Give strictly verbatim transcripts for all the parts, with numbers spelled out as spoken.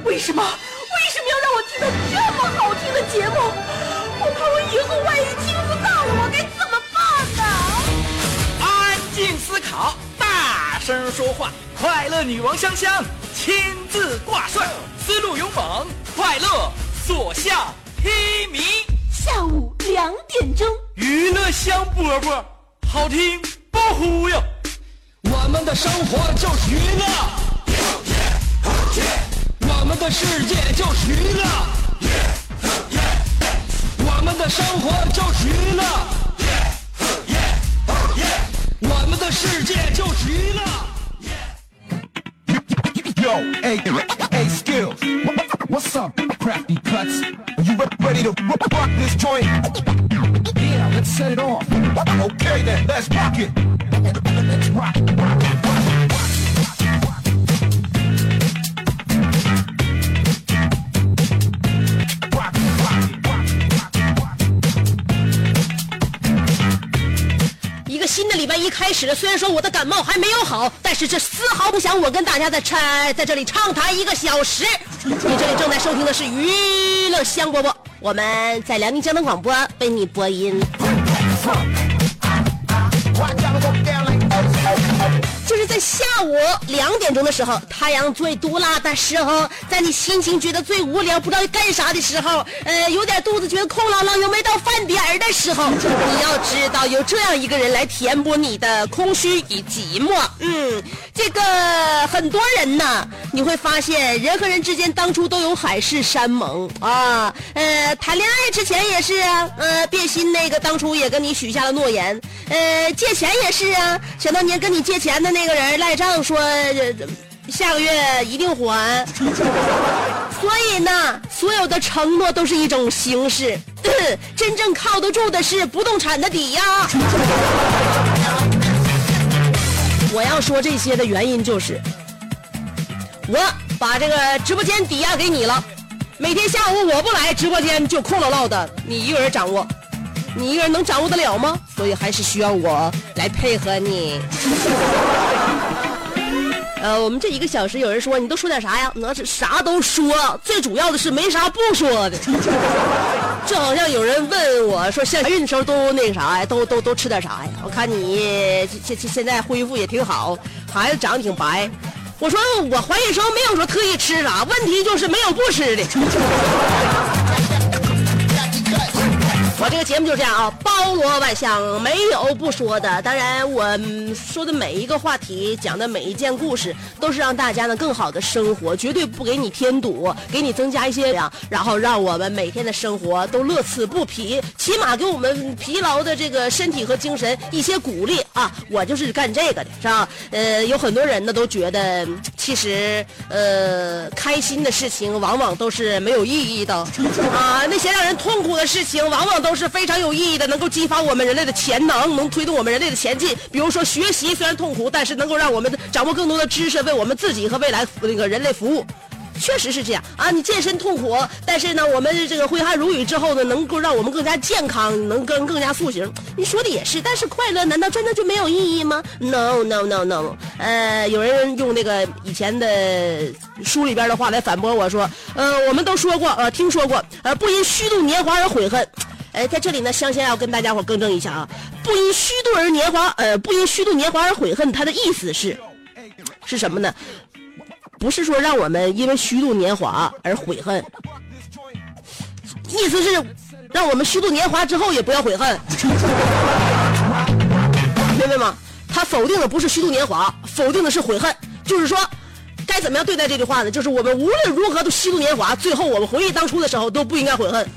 为什么？为什么要让我听到这么好听的节目？我怕我以后万一听不到，我该怎么办呢？ 安静思考，大声说话，快乐女王香香亲自挂帅，思路勇猛，快乐所向披靡。 下午两点钟， 娱乐香饽饽，好听不忽悠。 我们的生活就是娱乐，我们的世界就是娱乐，我们的生活就是娱乐，我们的世界就是娱乐。 Yo, hey, hey, skills. What's up, crafty cuts? Are you ready to rock this joint? Yeah, let's set it off. Okay then, let's rock it. Let's rock it. Rock it, rock it, rock it, rock it. 一个新的礼拜一开始了，虽然说我的感冒还没有好，但是这丝毫不想我跟大家在在在这里畅谈一个小时。你这里正在收听的是娱乐香饽饽，我们在辽宁交通广播为你播音。就是在下午两点钟的时候，太阳最毒辣的时候，在你心情觉得最无聊不知道干啥的时候，呃，有点肚子觉得空落落又没到饭点儿的时候，你要知道有这样一个人来填补你的空虚与寂寞。嗯，这个很多人呢，你会发现人和人之间当初都有海誓山盟啊，呃，谈恋爱之前也是啊，呃，变心那个当初也跟你许下了诺言，呃，借钱也是啊，想当年跟你借钱的那个人赖账说、呃、下个月一定还。所以呢，所有的承诺都是一种形式、呃、真正靠得住的是不动产的抵押。我要说这些的原因就是我把这个直播间抵押给你了，每天下午我不来直播间就空落落的，你一个人掌握，你一个人能掌握得了吗？所以还是需要我来配合你。呃，我们这一个小时有人说你都说点啥呀？那是啥都说，最主要的是没啥不说的。这好像有人问我说，怀孕的时候都那个啥呀？都都都吃点啥呀？我看你现现现在恢复也挺好，孩子长得挺白。我说我怀孕时候没有说特意吃啥，问题就是没有不吃的。我这个节目就这样啊，包罗万象，没有不说的。当然我说的每一个话题，讲的每一件故事，都是让大家呢更好的生活，绝对不给你添堵，给你增加一些量，然后让我们每天的生活都乐此不疲，起码给我们疲劳的这个身体和精神一些鼓励啊。我就是干这个的，是吧？呃，有很多人呢都觉得，其实呃开心的事情往往都是没有意义的啊，那些让人痛苦的事情往往都是非常有意义的，能够激发我们人类的潜能，能推动我们人类的前进。比如说学习虽然痛苦，但是能够让我们掌握更多的知识，为我们自己和未来那个人类服务。确实是这样啊！你健身痛苦，但是呢，我们这个挥汗如雨之后呢，能够让我们更加健康，能更更加塑形。你说的也是，但是快乐难道真的就没有意义吗 ？No No No No。呃，有人用那个以前的书里边的话来反驳我说，呃，我们都说过，呃，听说过，呃，不因虚度年华而悔恨。呃，在这里呢，香香要跟大家伙更正一下啊，不因虚度而年华，呃，不因虚度年华而悔恨，它的意思是是什么呢？不是说让我们因为虚度年华而悔恨，意思是让我们虚度年华之后也不要悔恨，明白吗？他否定的不是虚度年华，否定的是悔恨。就是说该怎么样对待这句话呢？就是我们无论如何都虚度年华，最后我们回忆当初的时候都不应该悔恨。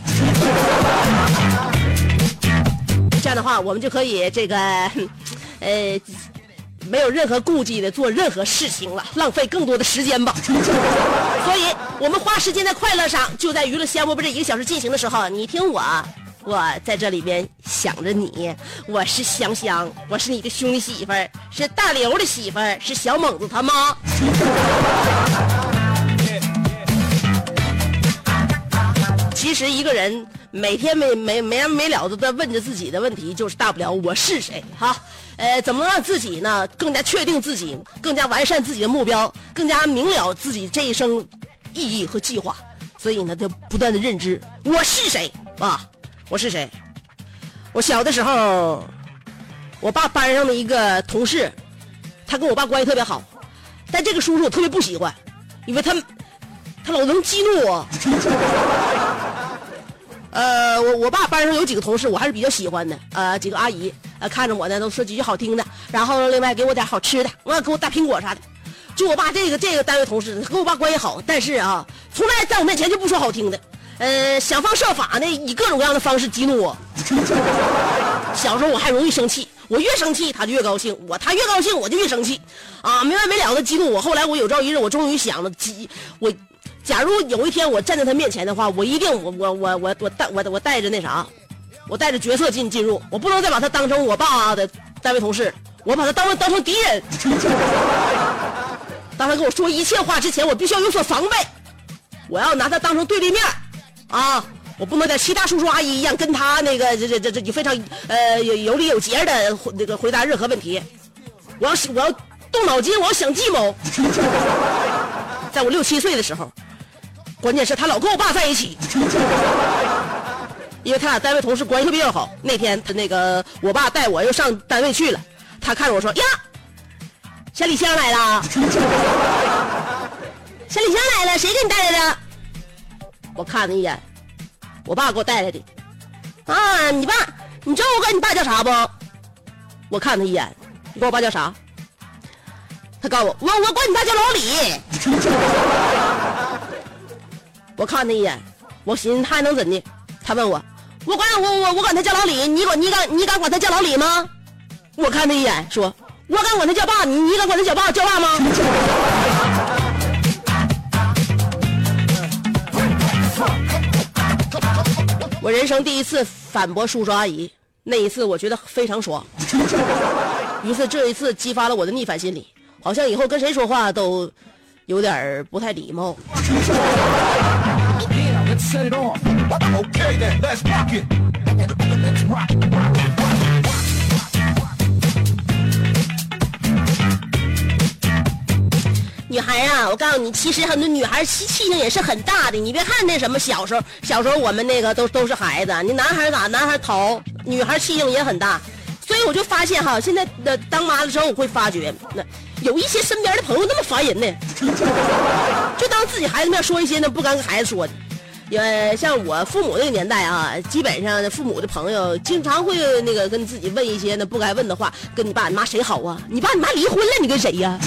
这样的话我们就可以这个呃没有任何顾忌的做任何事情了，浪费更多的时间吧。所以我们花时间在快乐上，就在娱乐香饽饽这一个小时进行的时候，你听我我在这里边想着你，我是香香，我是你的兄弟媳妇儿，是大刘的媳妇儿，是小猛子他妈。其实一个人每天没没没完没了的在问着自己的问题，就是大不了我是谁哈，呃，怎么让自己呢更加确定自己，更加完善自己的目标，更加明了自己这一生意义和计划，所以呢，他不断的认知我是谁啊，我是谁。我小的时候，我爸班上的一个同事，他跟我爸关系特别好，但这个叔叔我特别不喜欢，因为他他老能激怒我。呃，我我爸班上有几个同事，我还是比较喜欢的。呃，几个阿姨，呃，看着我呢都说几句好听的，然后另外给我点好吃的，我给我大苹果啥的。就我爸这个这个单位同事跟我爸关系好，但是啊，从来在我面前就不说好听的，呃，想方设法的以各种各样的方式激怒我。小时候我还容易生气，我越生气他就越高兴，我他越高兴我就越生气，啊，没完没了的激怒我。后来我有朝一日我终于想了，激我。假如有一天我站在他面前的话，我一定我我我我我带我我带着那啥，我带着角色进进入，我不能再把他当成我爸的单位同事，我把他当当成敌人。当他跟我说一切话之前，我必须要有所防备，我要拿他当成对立面啊！我不能像其他叔叔阿姨一样跟他那个这这这这非常呃有有理有节的那个回答任何问题，我要我要动脑筋，我要想计谋。在我六七岁的时候。关键是他老跟我爸在一起，因为他俩单位同事关系特别好。那天他那个我爸带我又上单位去了，他看着我说：“呀，小李香来了，小李香来了，谁给你带来的？”我看了一眼，我爸给我带来的。啊，你爸，你知道我管你爸叫啥不？我看他一眼，你管我爸叫啥？他告诉我，我我管你爸叫老李。我看他一眼，我寻思他还能怎的？他问我，我管我我我管他叫老李，你管你敢你敢管他叫老李吗？我看他一眼，说，我敢管他叫爸，你你敢管他叫爸叫爸吗？我人生第一次反驳叔叔阿姨，那一次我觉得非常爽，于是这一次激发了我的逆反心理，好像以后跟谁说话都有点不太礼貌。 Let's set it on. Okay then, let's rock it. Let's rock it. 女孩啊，我告诉你，其实很多女孩气气性也是很大的。你别看那什么小时候，小时候我们那个都都是孩子，你男孩咋男孩淘，女孩气性也很大。所以我就发现哈，现在的当妈的时候，我会发觉那有一些身边的朋友那么烦人呢，就当自己孩子面说一些那不该跟孩子说的。呃，像我父母那个年代啊，基本上父母的朋友经常会那个跟自己问一些那不该问的话，跟你爸你妈谁好啊？你爸你妈离婚了，你跟谁呀？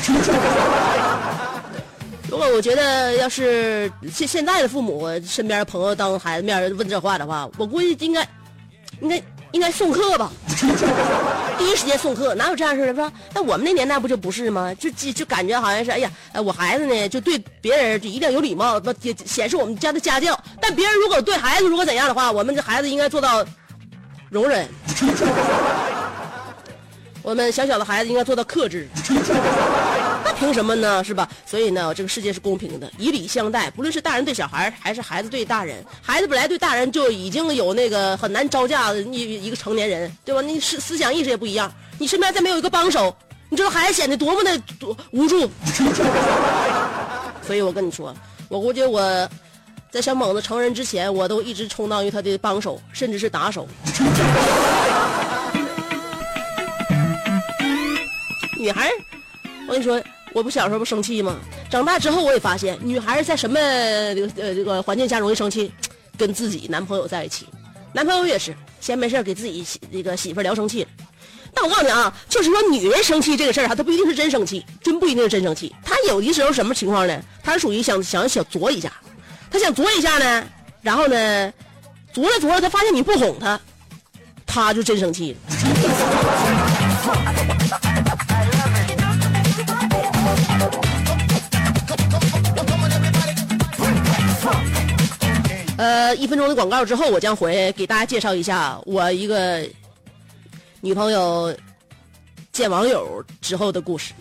如果我觉得要是现现在的父母身边的朋友当孩子面问这话的话，我估计应该应该应该送客吧。第一时间送客，哪有这样事的？说那我们那年代不就不是吗？就就感觉好像是，哎呀，我孩子呢就对别人就一定要有礼貌，不显示我们家的家教。但别人如果对孩子如果怎样的话，我们这孩子应该做到容忍。我们小小的孩子应该做到克制。那凭什么呢？是吧？所以呢，这个世界是公平的，以礼相待，不论是大人对小孩，还是孩子对大人。孩子本来对大人就已经有那个很难招架的一一个成年人，对吧？你思思想意识也不一样，你身边再没有一个帮手，你知道孩子显得多么的无助。所以我跟你说，我估计我在小猛子成人之前，我都一直充当于他的帮手，甚至是打手。女孩，我跟你说，我不小时候不生气吗？长大之后我也发现，女孩在什么这个呃这个环境下容易生气？跟自己男朋友在一起，男朋友也是闲没事给自己这个媳妇聊生气了。但我告诉你啊，就是说女人生气这个事儿哈，她不一定是真生气，真不一定是真生气。她有的时候什么情况呢？她是属于想想想作一下，她想作一下呢，然后呢，作了作了，她发现你不哄她，她就真生气了。呃，一分钟的广告之后，我将回给大家介绍一下我一个女朋友见网友之后的故事。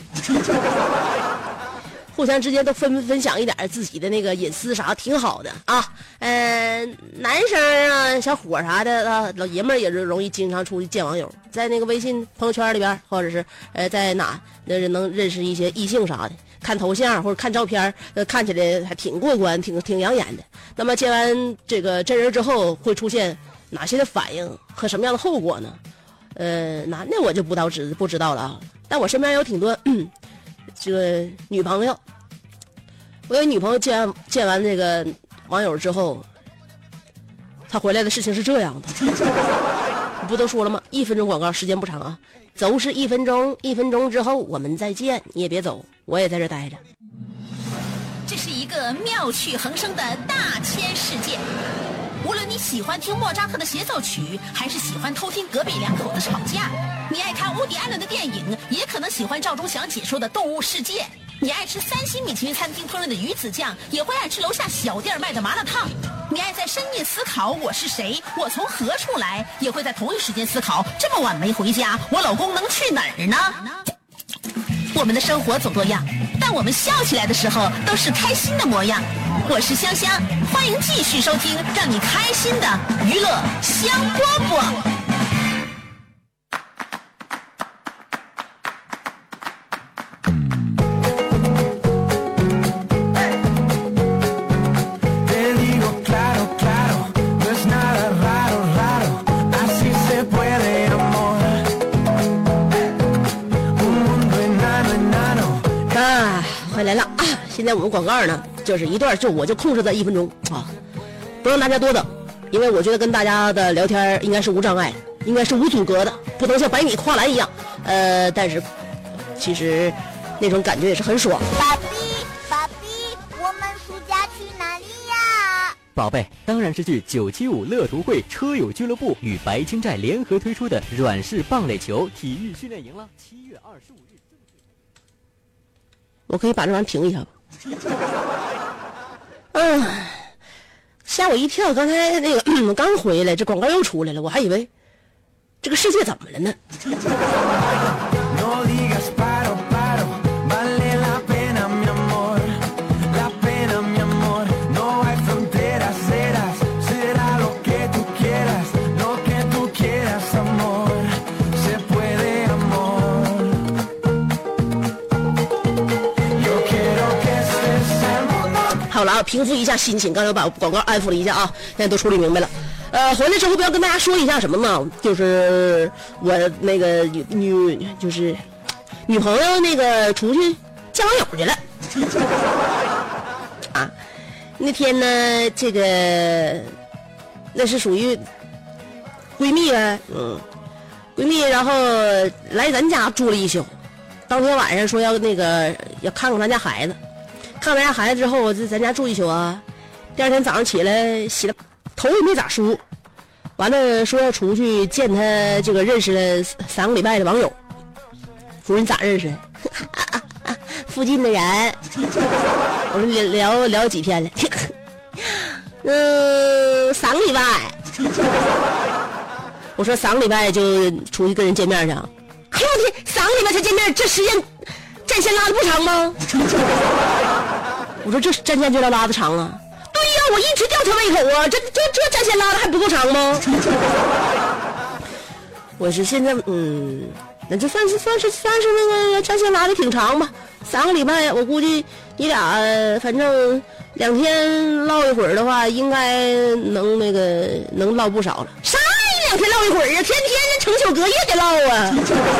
互相之间都分分享一点自己的那个隐私啥，挺好的啊。嗯、呃，男生啊，小伙啥的啊，老爷们儿也是容易经常出去见网友，在那个微信朋友圈里边，或者是呃在哪那能认识一些异性啥的。 看头像或者看照片，呃，看起来还挺过关，挺挺养眼的。那么见完这个真人之后，会出现哪些的反应和什么样的后果呢？呃，男的我就不知道知不知道了啊。但我身边有挺多嗯这个女朋友，我有女朋友见见完这个网友之后，她回来的事情是这样的。不都说了吗？一分钟广告，时间不长啊，走是一分钟，一分钟之后我们再见，你也别走，我也在这待着。 这是一个妙趣横生的大千世界，无论你喜欢听莫扎特的协奏曲，还是喜欢偷听隔壁两口子吵架，你爱看乌迪艾伦的电影，也可能喜欢赵忠祥解说的动物世界，你爱吃三星米其林餐厅烹饪的鱼子酱，也会爱吃楼下小店卖的麻辣烫。你爱在深夜思考我是谁，我从何处来，也会在同一时间思考这么晚没回家，我老公能去哪儿呢？我们的生活总多样，但我们笑起来的时候都是开心的模样。我是香香，欢迎继续收听让你开心的娱乐香饽饽。 来了啊！现在我们广告呢，就是一段，就我就控制在一分钟啊，不让大家多等，因为我觉得跟大家的聊天应该是无障碍，应该是无阻隔的，不能像百米跨栏一样。呃，但是其实那种感觉也是很爽。 爸比，爸比，我们暑假去哪里呀？ 宝贝，当然是去九七五乐图会车友俱乐部与白青寨联合推出的软式棒垒球体育训练营了。七月二十五日。 我可以把这玩意儿停一下吧。嗯，吓我一跳！刚才那个、嗯、刚回来，这广告又出来了，我还以为这个世界怎么了呢？好了啊，平复一下心情，刚才把广告安抚了一下啊，现在都处理明白了。呃，回来之后不要跟大家说一下什么呢？就是我那个女女就是女朋友那个出去见网友去了啊。那天呢，这个那是属于闺蜜呗，嗯，闺蜜，然后来咱家住了一宿，当天晚上说要那个要看看咱家孩子。看完家孩子之后，我在咱家住一宿啊。第二天早上起来洗了头也没咋梳，完了说要出去见他这个认识了三个礼拜的网友。夫人咋认识？附近的人。我说聊聊几天了？嗯，三个礼拜。我说三个礼拜就出去跟人见面去。哎呦我天，三个礼拜才见面，这时间战线拉的不长吗？我说这战线就要拉的长啊！对呀，我一直吊他胃口啊，这这这战线拉的还不够长吗？我是现在嗯，那就算是算是算是那个战线拉的挺长吧，三个礼拜，我估计你俩反正两天唠一会儿的话，应该能那个能唠不少了。啥一两天唠一会儿啊？天天成宿隔夜得唠啊！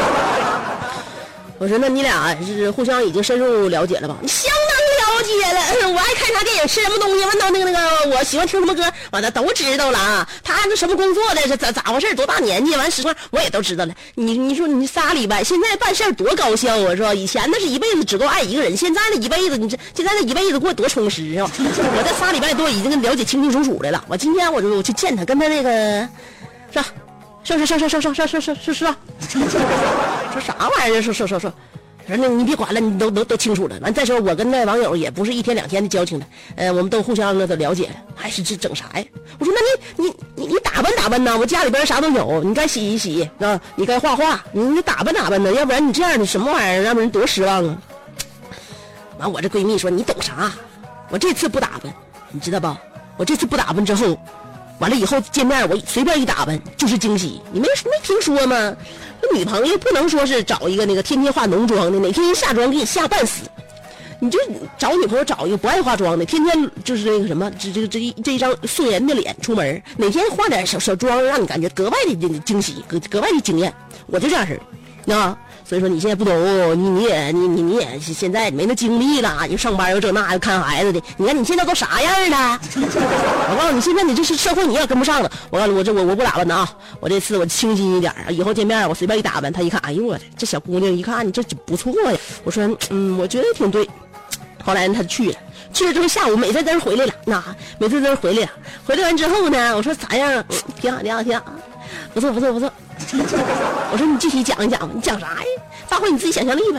我说那你俩是互相已经深入了解了吧？你相当了解了，我爱看啥电影，吃什么东西，完到那个那个，我喜欢听什么歌，完了都知道了啊。他这什么工作的，是咋咋回事，多大年纪，完实话我也都知道了。你你说你仨礼拜，现在办事多高效啊，是吧？以前那是一辈子只够爱一个人，现在那一辈子，你这现在那一辈子过多充实是吧？我这仨礼拜多已经了解清清楚楚的了。我今天我就我去见他，跟他那个是吧？说说说说说说说说说说说说啥玩意儿？说说说说，说那你别管了，你都都都清楚了。完再说，我跟那网友也不是一天两天的交情了，呃，我们都互相的都了解了，还是这整啥呀？我说那你你你你打扮打扮呢？我家里边啥都有，你该洗一洗啊，你该画画，你你打扮打扮呢，要不然你这样你什么玩意儿？要不然多失望啊！完，我这闺蜜说你懂啥？我这次不打扮，你知道吧？我这次不打扮之后。完了以后见面我随便一打扮就是惊喜，你没没听说吗？女朋友不能说是找一个那个天天化浓妆的，哪天一下妆给你吓半死。 你就找女朋友找一个不爱化妆的，天天就是那个什么，这这这这一张素颜的脸出门，哪天化点小小妆，让你感觉格外的惊喜，格格外的惊艳。我就这样式儿，啊，所以说你现在不懂，你你也你你你也现在没那精力了，又上班又这那又看孩子的，你看你现在都啥样了？我告诉你，现在你这是社会你也跟不上了。我告诉你，我这我我不打扮的啊，我这次我清新一点，以后见面我随便一打扮，他一看，哎呦我这小姑娘一看你这不错呀，我说嗯，我觉得挺对。后来他去了，去了之后下午美滋滋回来了，那美滋滋回来了，回来完之后呢，我说咋样？嗯、挺好，挺好，挺好，不错，不错，不错。我说你具体讲一讲，你讲啥呀？发挥你自己想象力呗。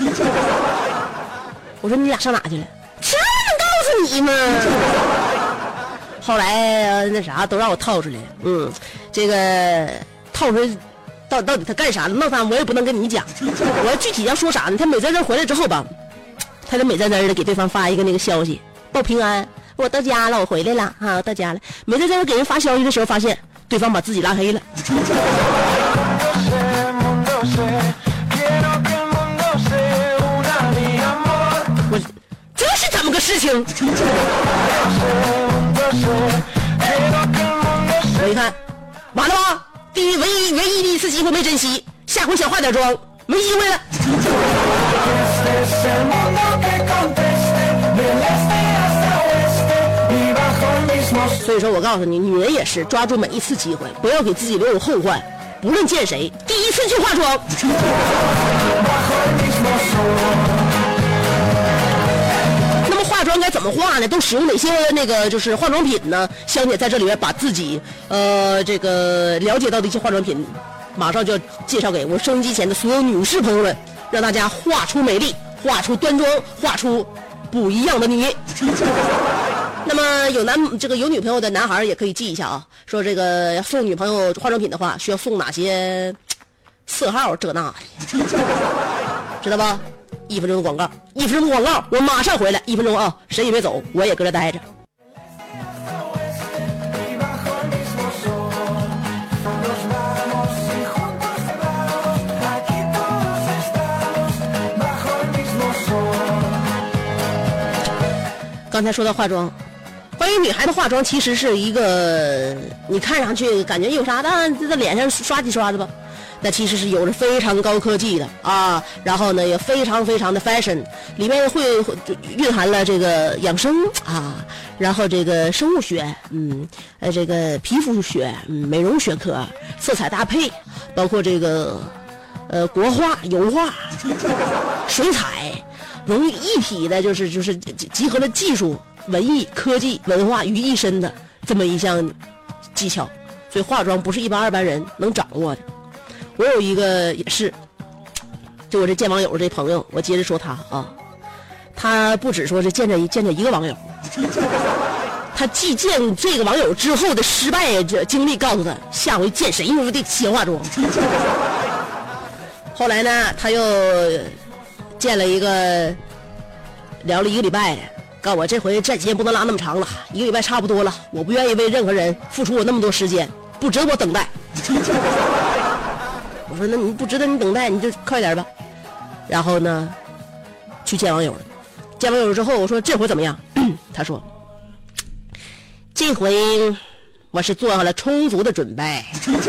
我说你俩上哪去了？这能告诉你吗？后来、呃、那啥都让我套出来，嗯，这个套出来到到底他干啥了？那啥我也不能跟你讲，我要具体要说啥呢？他美滋滋回来之后吧。他就美滋滋的给对方发一个那个消息，报平安，我到家了，我回来了啊，我到家了。美滋滋给人发消息的时候，发现对方把自己拉黑了。我这是怎么个事情？我一看，完了吧？第一唯一唯一的一次机会没珍惜，下回想化点妆，没机会了。所以说我告诉你，女人也是抓住每一次机会，不要给自己留有后患。不论见谁，第一次就化妆。那么化妆该怎么化呢？都使用哪些那个就是化妆品呢？香姐在这里面把自己呃这个了解到的一些化妆品，马上就要介绍给我收音机前的所有女士朋友们，让大家化出美丽，化出端庄，化出不一样的你。那么有男这个有女朋友的男孩也可以记一下啊，说这个要送女朋友化妆品的话，需要送哪些色号这那的，知道吧？一分钟的广告，一分钟的广告，我马上回来，一分钟啊，谁也别走，我也搁这待着。刚才说到化妆，关于女孩子化妆，其实是一个你看上去感觉有啥的，在脸上刷几刷的吧，那其实是有着非常高科技的啊，然后呢也非常非常的 fashion， 里面会蕴含了这个养生啊，然后这个生物学，嗯，呃这个皮肤学，嗯，美容学科，色彩搭配，包括这个呃国画、油画、水彩。融于一体的，就是就是集合了技术、文艺、科技、文化于一身的这么一项技巧，所以化妆不是一般二般人能掌握的。我有一个也是，就我这见网友这朋友，我接着说他啊，他不只说是见着见着一个网友，他既见这个网友之后的失败经历，告诉他下回见谁你得先化妆。后来呢，他又见了一个，聊了一个礼拜，告诉我这回战线不能拉那么长了，一个礼拜差不多了，我不愿意为任何人付出我那么多时间，不值得我等待。我说那你不值得你等待，你就快点吧。然后呢，去见网友了。见网友之后，我说这回怎么样？他说这回我是做好了充足的准备。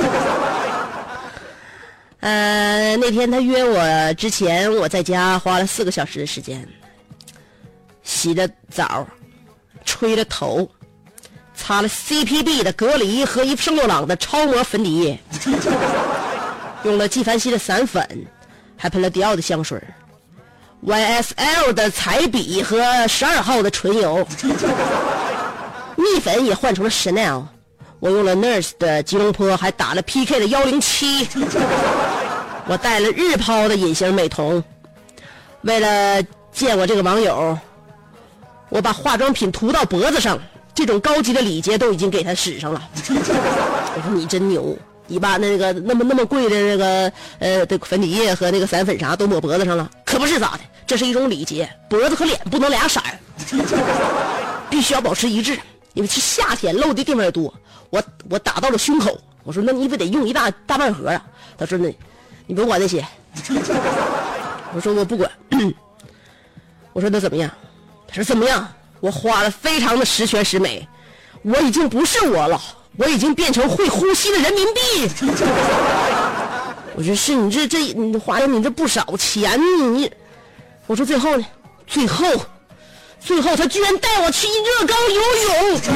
呃，那天他约我之前，我在家花了四个小时的时间，洗了澡，吹了头，擦了 C P B 的隔离和一圣洛朗的超模粉底液，用了纪梵希的散粉，还喷了迪奥的香水 ，Y S L 的彩笔和十二号的唇油，蜜粉也换成了 Chanel， 我用了 Nurse 的吉隆坡，还打了 P K 的一零七。我带了日抛的隐形美瞳，为了见我这个网友，我把化妆品涂到脖子上，这种高级的礼节都已经给他使上了。我说你真牛，你把那个那么那么贵的那个呃的粉底液和那个散粉啥都抹脖子上了，可不是咋的，这是一种礼节，脖子和脸不能俩色儿，必须要保持一致，因为是夏天露的地方也多。我我打到了胸口，我说那你不得用一大大半盒啊？他说那。你不用管那些，我说我不管。 我说那怎么样？他说怎么样？我花了非常的十全十美，我已经不是我了，我已经变成会呼吸的人民币。我说是你这这你花了你这不少钱你。我说最后呢？最后，最后他居然带我去热缸游泳。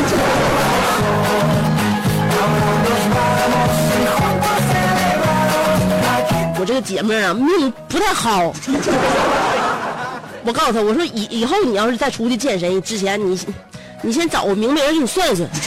我这个姐妹啊，命不太好。我告诉他，我说以以后你要是再出去健身之前，你你先找我明白人给你算算。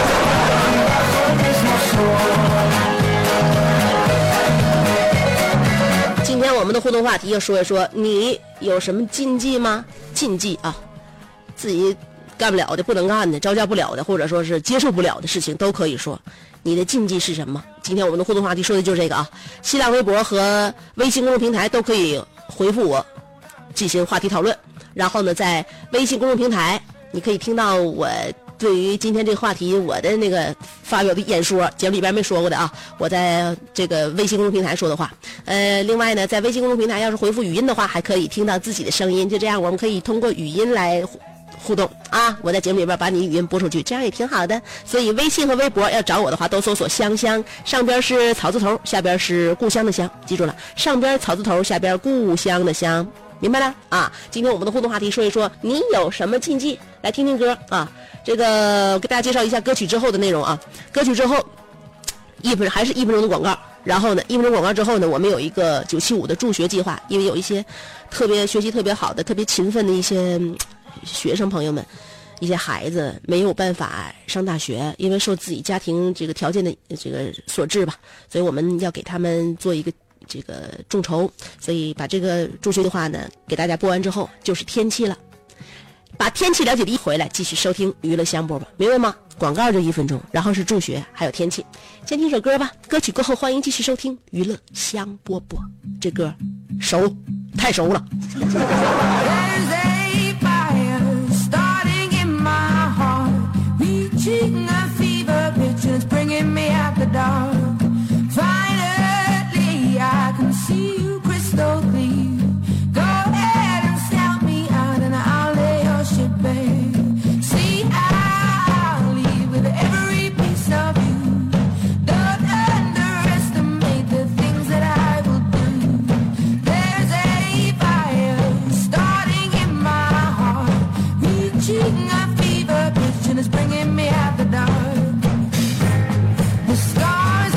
今天我们的互动话题要说一说，你有什么禁忌吗？禁忌啊，自己干不了的、不能干的、招架不了的，或者说是接受不了的事情，都可以说。你的禁忌是什么？今天我们的互动话题说的就是这个啊。新浪微博和微信公众平台都可以回复我进行话题讨论。然后呢，在微信公众平台，你可以听到我对于今天这个话题我的那个发表的演说，节目里边没说过的啊，我在这个微信公众平台说的话。呃，另外呢，在微信公众平台要是回复语音的话，还可以听到自己的声音。就这样，我们可以通过语音来互动啊！我在节目里边把你语音播出去，这样也挺好的。所以微信和微博要找我的话，都搜索香香，上边是草字头，下边是故乡的乡，记住了，上边草字头，下边故乡的乡，明白了啊？今天我们的互动话题说一说，你有什么禁忌？来听听歌啊！这个给大家介绍一下歌曲之后的内容啊。歌曲之后，一分还是一分钟的广告。然后呢，一分钟广告之后呢，我们有一个九七五的助学计划，因为有一些特别学习特别好的、特别勤奋的一些学生朋友们，一些孩子没有办法上大学，因为受自己家庭这个条件的这个所致吧，所以我们要给他们做一个这个众筹，所以把这个助学计划呢给大家播完之后，就是天气了。把天气了解第一回来，继续收听娱乐香饽吧，明白吗？广告就一分钟，然后是助学，还有天气。先听首歌吧，歌曲过后欢迎继续收听娱乐香饽饽。这歌熟，太熟了。 The stars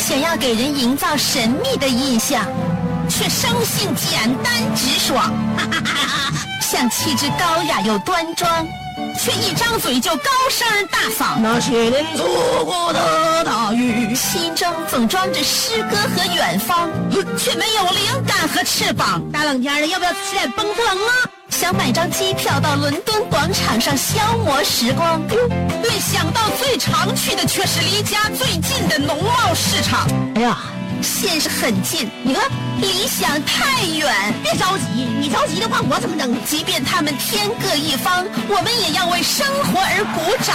想要给人营造神秘的印象，却生性简单直爽，像气质高雅又端庄，却一张嘴就高声大嗓。 那些年错过的大雨， 心中总装着诗歌和远方，却没有灵感和翅膀。 大冷天的，要不要吃点蹦蹦啊？ 想买张机票到伦敦广场上消磨时光，没想到最常去的却是离家最近的农贸市场。 哎呀， 现实很近，你看理想太远。 别着急，你着急的话我怎么能？ 即便他们天各一方，我们也要为生活而鼓掌。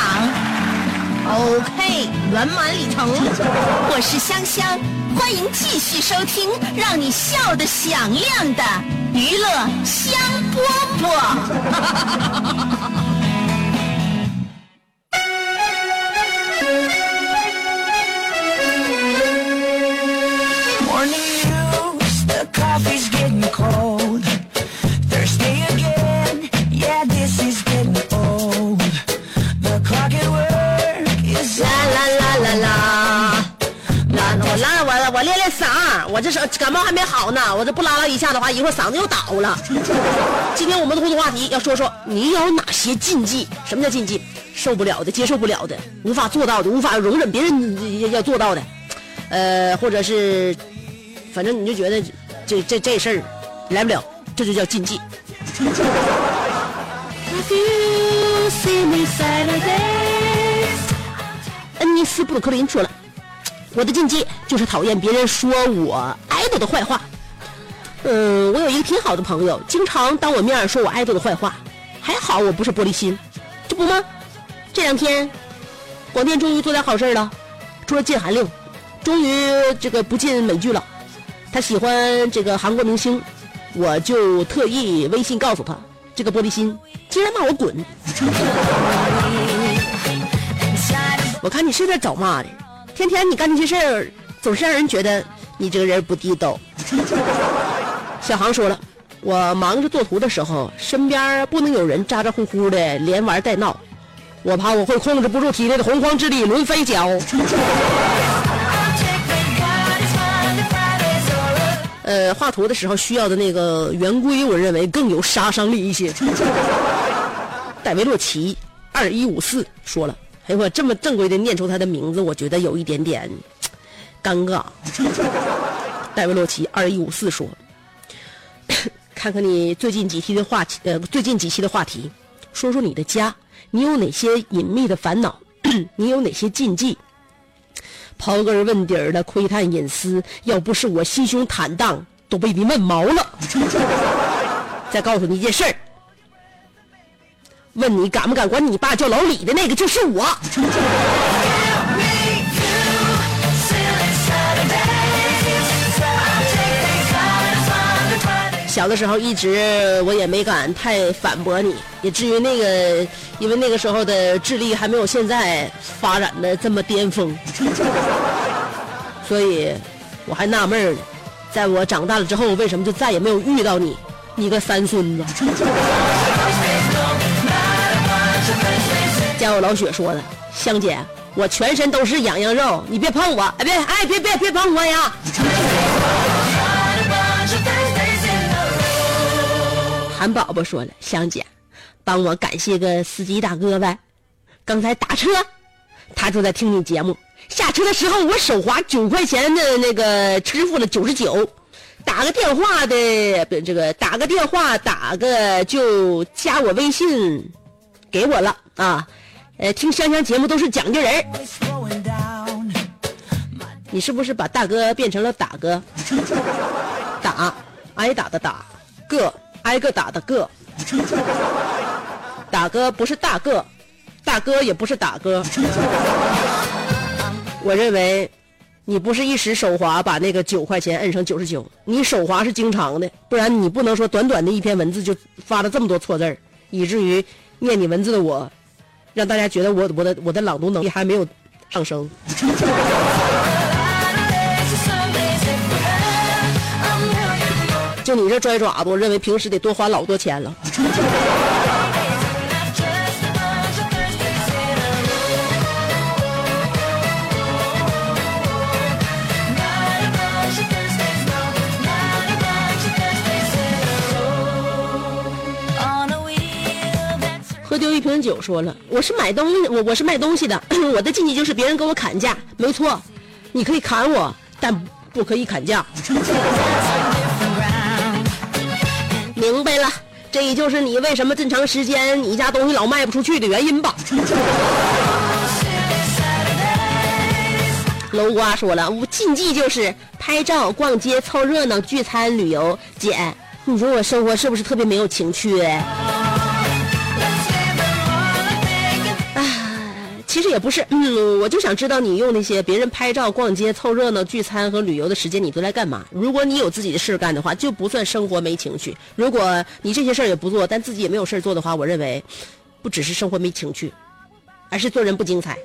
OK， 圆满礼成。 我是香香，欢迎继续收听让你笑得响亮的娱乐香饽饽。 Coffee's getting cold. Thirsty again. Yeah, this is getting old. The clock at work is 啦啦啦啦啦！啦，我拉我我练练嗓，我这是感冒还没好呢，我这不拉拉一下的话，一会儿嗓子又倒了。今天我们的互动话题要说说你有哪些禁忌？什么叫禁忌？受不了的、接受不了的、无法做到的、无法容忍别人要做到的，呃，或者是，反正你就觉得。这这这事儿来不了，这就叫禁忌。恩尼斯布鲁克林说了，我的禁忌就是讨厌别人说我爱豆的坏话。嗯，我有一个挺好的朋友，经常当我面说我爱豆的坏话，还好我不是玻璃心，这不吗？这两天，广电终于做点好事了，除了禁韩令，终于这个不禁美剧了。他喜欢这个韩国明星，我就特意微信告诉他，这个玻璃心竟然骂我滚。我看你是在找骂的，天天你干这些事儿，总是让人觉得你这个人不地道。小航说了，我忙着做图的时候，身边不能有人咋咋呼呼的连玩带闹，我怕我会控制不住体内的洪荒之力，轮飞脚。呃，画图的时候需要的那个圆规，我认为更有杀伤力一些。戴维洛奇二一五四说了，哎，我这么正规的念出他的名字，我觉得有一点点尴尬。戴维洛奇二一五四说，看看你最近几期的话题，呃，最近几期的话题，说说你的家，你有哪些隐秘的烦恼，你有哪些禁忌？刨根问底儿的窥探隐私，要不是我心胸坦荡，都被你问毛了。再告诉你一件事儿，问你敢不敢管你爸叫老李的那个就是我。小的时候一直我也没敢太反驳你，也至于那个，因为那个时候的智力还没有现在发展的这么巅峰，所以我还纳闷呢，在我长大了之后，为什么就再也没有遇到你，你个三孙子。家有老雪说的，香姐，我全身都是痒痒肉，你别碰我，哎别哎别别别碰我呀。韩宝宝说了，香姐，帮我感谢个司机大哥呗。刚才打车，他就在听你节目。下车的时候，我手滑九块钱的那个支付了九十九，打个电话的这个打个电话打个就加我微信给我了啊。呃，听香香节目都是讲究人。你是不是把大哥变成了打哥？打，挨打的打，个。挨个打的个，打哥不是大个，大哥也不是打哥。我认为你不是一时手滑把那个九块钱摁成九十九，你手滑是经常的，不然你不能说短短的一篇文字就发了这么多错字，以至于念你文字的我，让大家觉得我我的我的朗读能力还没有上升。就你这拽爪子，我认为平时得多花老多钱了。 丢一瓶酒说了，我是买东西，我我是卖东西的，我的禁忌就是别人跟我砍价，没错，你可以砍我，但不可以砍价。明白了，这也就是你为什么这么长时间你家东西老卖不出去的原因吧。楼瓜说了，我禁忌就是拍照、逛街、凑热闹、聚餐、旅游。姐，你说我生活是不是特别没有情趣？哎，其实也不是，嗯，我就想知道你用那些别人拍照、逛街、凑热闹、聚餐和旅游的时间，你都来干嘛？如果你有自己的事干的话，就不算生活没情趣。如果你这些事儿也不做，但自己也没有事做的话，我认为不只是生活没情趣，而是做人不精彩。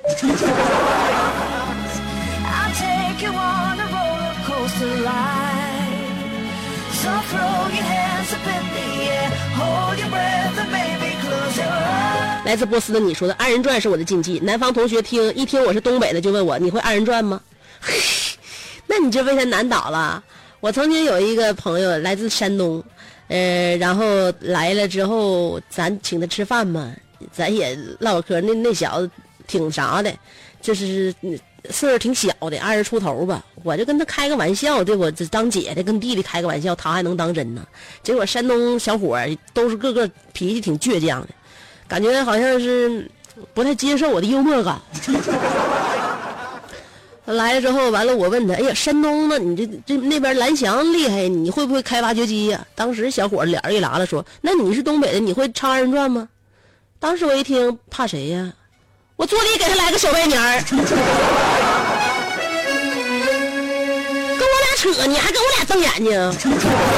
来自波斯的你说的二人转是我的禁忌，南方同学听一听我是东北的就问我，你会二人转吗？那你这为啥难倒了？我曾经有一个朋友来自山东，呃，然后来了之后咱请他吃饭嘛，咱也唠嗑，那那小子挺啥的，就是岁数挺小的，二十出头吧，我就跟他开个玩笑，对我这当姐的跟弟弟开个玩笑，他还能当真呢。结果山东小伙都是个个脾气挺倔强的，感觉好像是不太接受我的幽默感。来了之后，完了我问他，哎呀，山东呢？你这这那边蓝翔厉害，你会不会开挖掘机呀、啊？当时小伙脸一拉了，说：“那你是东北的，你会唱二人转吗？”当时我一听，怕谁呀？我坐地给他来个小拜年儿，跟我俩扯，你还跟我俩瞪眼睛。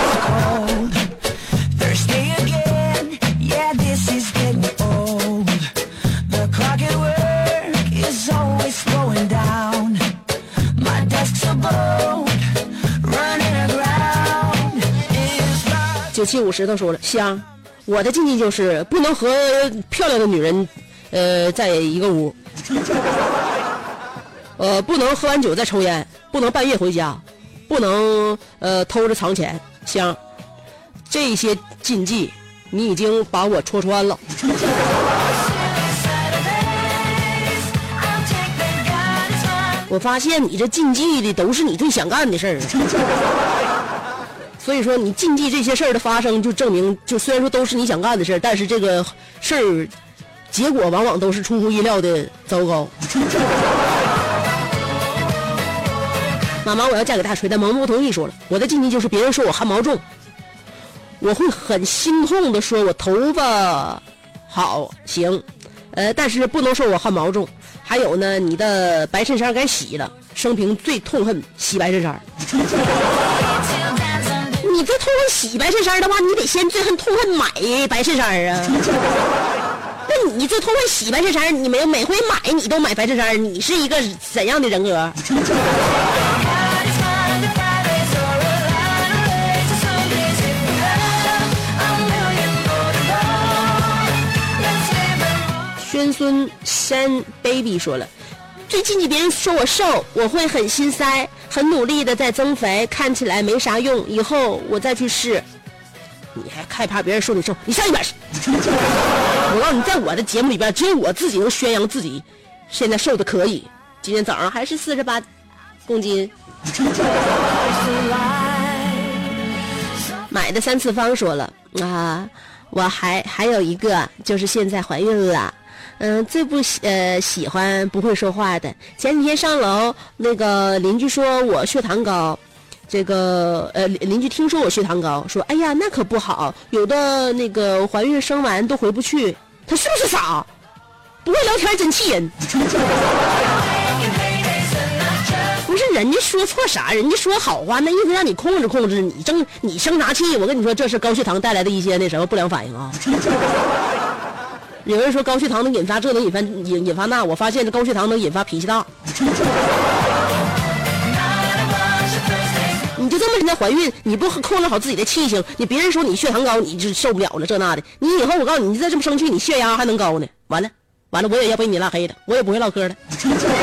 九七五十他说了，香，我的禁忌就是不能和漂亮的女人呃，在一个屋，呃，不能喝完酒再抽烟，不能半夜回家，不能呃偷着藏钱。香，这些禁忌你已经把我戳穿了。我发现你这禁忌的都是你最想干的事儿。所以说，你禁忌这些事儿的发生，就证明，就虽然说都是你想干的事儿，但是这个事儿。结果往往都是出乎意料的糟糕。妈妈，我要嫁给大锤，但萌不同意说了，我的禁忌就是别人说我汗毛重，我会很心痛的说我头发好行，呃，但是不能说我汗毛重。还有呢，你的白衬衫该洗了，生平最痛恨洗白衬衫。你最痛恨洗白衬衫的话，你得先最恨痛恨买白衬衫啊。那你最痛恨洗白衬衫，你没有每回买你都买白衬衫，你是一个怎样的人格？宣孙山 baby 说了，最近别人说我瘦，我会很心塞，很努力的在增肥，看起来没啥用，以后我再去试。你还害怕别人说你瘦？你上一边去！我告诉你，在我的节目里边，只有我自己能宣扬自己现在瘦的可以。今天早上还是四十八公斤。买的三次方说了啊，我还还有一个就是现在怀孕了。嗯，最不喜呃喜欢不会说话的。前几天上楼，那个邻居说我血糖高。这个呃，邻居听说我血糖高，说：“哎呀，那可不好，有的那个怀孕生完都回不去。”他是不是傻？不会聊天真气人。不是人家说错啥，人家说好话，那意思让你控制控制，你生你生啥气？我跟你说，这是高血糖带来的一些那什么不良反应啊。有人说高血糖能引发这，能引发引引发那，我发现这高血糖能引发脾气大。你就这么现在怀孕，你不控制好自己的气性，你别人说你血糖高，你就受不了了这那的。你以后我告诉你，你再这么生气，你血压还能高呢。完了，完了，我也要被你拉黑的，我也不会唠嗑的。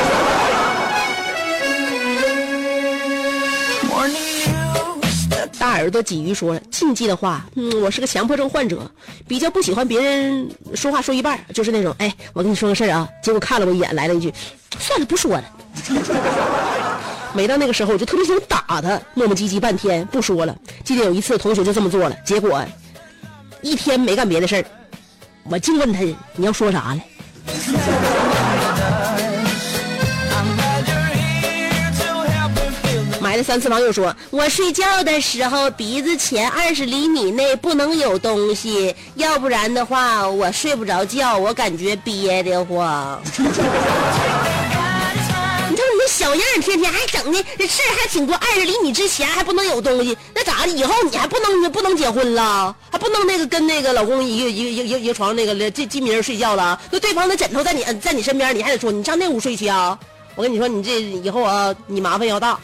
大耳朵鲫鱼说了禁忌的话，嗯，我是个强迫症患者，比较不喜欢别人说话说一半，就是那种，哎，我跟你说个事儿啊，结果看了我一眼，来了一句，算了，不说了。每到那个时候，我就特别想打他，磨磨唧唧半天不说了。记得有一次，同学就这么做了，结果一天没干别的事儿，我净问他你要说啥了。买了三次网友说，我睡觉的时候鼻子前二十厘米内不能有东西，要不然的话我睡不着觉，我感觉憋得慌。你看你那小样，天天还整的事儿还挺多，二十厘米之前还不能有东西，那咋以后你还不能不能结婚了，还不能那个跟那个老公一个一个一个一个床那个这这名睡觉了？那对方的枕头在你在你身边，你还得说你上那屋睡去啊？我跟你说，你这以后啊，你麻烦要大。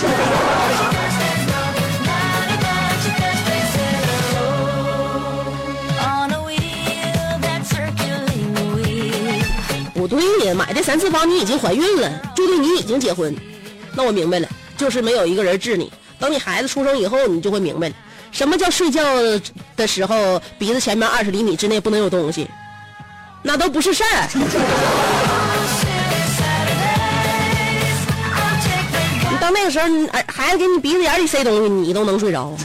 不对呀，买这三次方你已经怀孕了，注定你已经结婚。那我明白了，就是没有一个人治你。等你孩子出生以后，你就会明白了，什么叫睡觉的时候鼻子前面二十厘米之内不能有东西，那都不是事儿。到那个时候，孩子给你鼻子眼里塞东西，你都能睡着。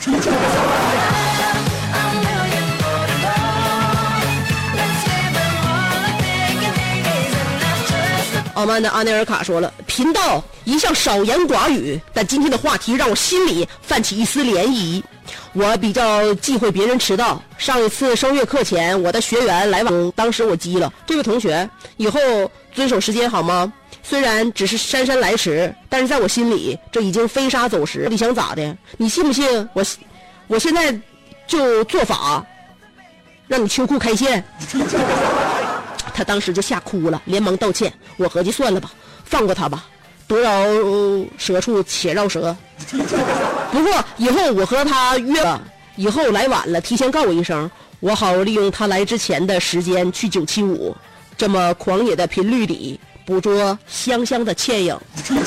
傲慢的阿内尔卡说了，频道一向少言寡语，但今天的话题让我心里泛起一丝涟漪。我比较忌讳别人迟到，上一次收月课前，我的学员来晚，当时我急了，这位同学以后遵守时间好吗？虽然只是姗姗来迟，但是在我心里这已经飞沙走石。你想咋的？你信不信我我现在就做法让你秋裤开线。他当时就吓哭了，连忙道歉。我合计算了吧，放过他吧，多饶舌处且饶舌。不过以后我和他约了，以后来晚了提前告我一声，我好利用他来之前的时间去九七五这么狂野的频率里捕捉香香的倩影。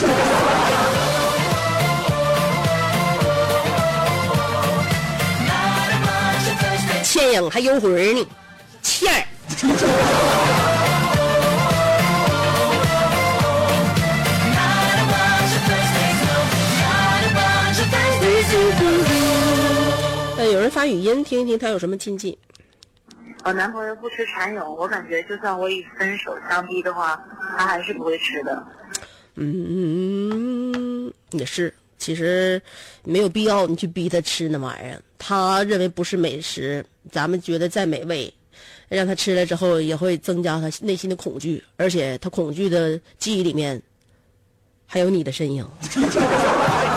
倩影还有魂呢，倩儿。呃，有人发语音，听一听他有什么禁忌。 我男朋友不吃蚕蛹，我感觉就算我以分手相逼的话，他还是不会吃的。 嗯，也是，其实没有必要你去逼他吃那玩意儿，他认为不是美食，咱们觉得再美味，让他吃了之后也会增加他内心的恐惧，而且他恐惧的记忆里面还有你的身影。